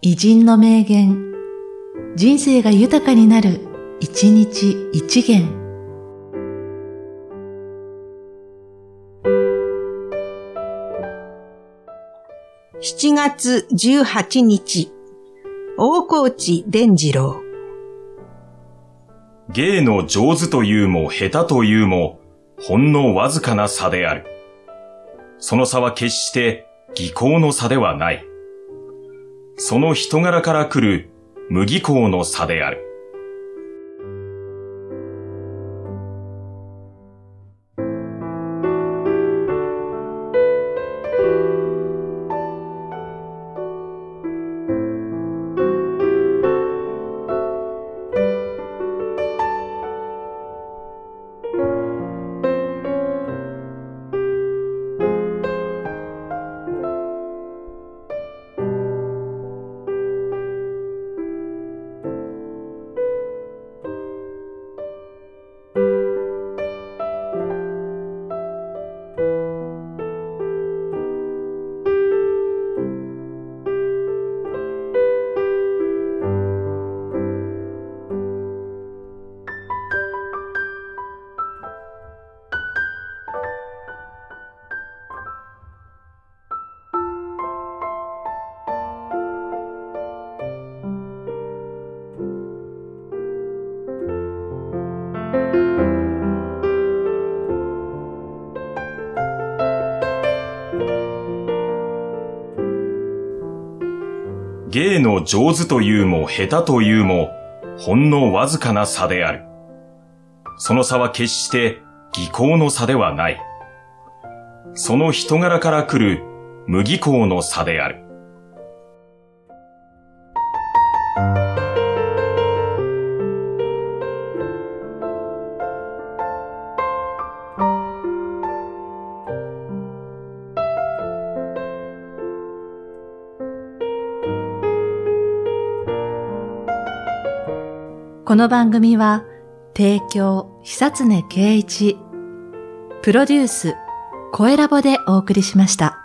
偉人の名言、人生が豊かになる、一日一元。 7月18日、大河内伝次郎。 芸の上手というも下手というも、ほんのわずかな差である。その差は決して技巧の差ではない。その人柄から来る無技巧の差である。芸の上手というも下手というも、ほんのわずかな差である。その差は決して技巧の差ではない。その人柄から来る無技巧の差である。 この番組は、提供、久常圭一、プロデュース、声ラボでお送りしました。